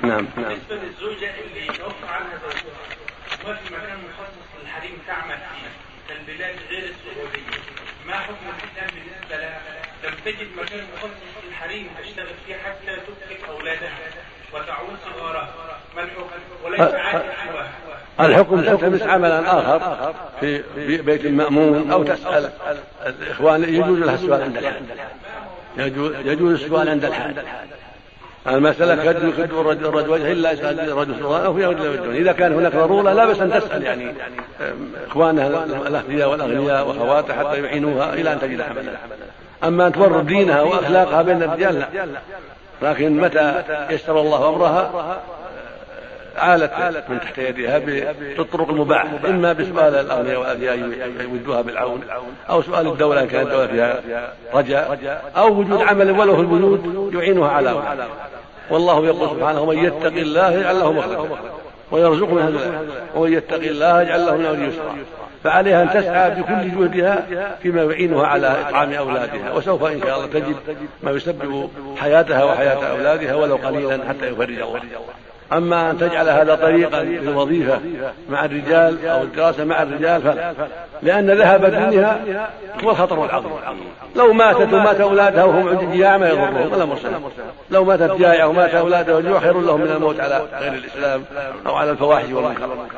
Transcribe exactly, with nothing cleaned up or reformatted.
نعم. بالنسبة للزوجة اللي توفى عنها زوجها وما في مكان مخصص للحريم تعمل فيه كالبلاد غير السعودية، ما حكم الإسلام بالنسبة لها لم تجد مكان مخصص للحريم تشتغل فيه حتى تترك أولادها وتعود صغارها؟ ما الحكم؟ وليس عادة سواها. الحكم تلتمس عملا آخر في بيت مأمون أو تسأل الإخوان. يجوز لها السؤال عند الحاج، يجوز السؤال عند الحاج. المسألة قد يخد الرجل وجه إلا يسأل الرجل سلطان أو يرد له. إذا كان هناك ضرورة لا بأس أن تسأل يعني إخوانها الأخذياء والأغنياء وأخواتها حتى يعينوها إلى أن تجد حملا. أما أن تورط دينها وأخلاقها بين الرجال لا. لكن متى يسر الله أمرها عالت من تحت يدها بالطرق المباحة، إما بسؤال الأغنياء والأذياء يودوها بالعون، أو سؤال الدولة إن كانت الدولة فيها رجاء، أو وجود عمل ولو في البيوت يعينها على أمرها. والله يقول سبحانه: ومن يتق الله يجعل له مخرجا ويرزقه من هذا، ومن يتق الله يجعل له من أمره يسرا. فعليها أن تسعى بكل جهدها فيما يعينها على إطعام أولادها، وسوف إن شاء الله تجد ما يسبب حياتها وحياة أولادها ولو قليلا حتى يفرج الله. أما أن تجعل هذا طريقا للوظيفة مع الرجال أو الدراسة مع الرجال فلا، لأن ذهب دينها هو الخطر العظيم. لو ماتت ومات أولادها وهم عند الجياع ما يضرهم ولا مرسلة. لو ماتت جائعة ومات أولادها والجوع خير لهم من الموت على غير الإسلام أو على الفواحش والمنكر.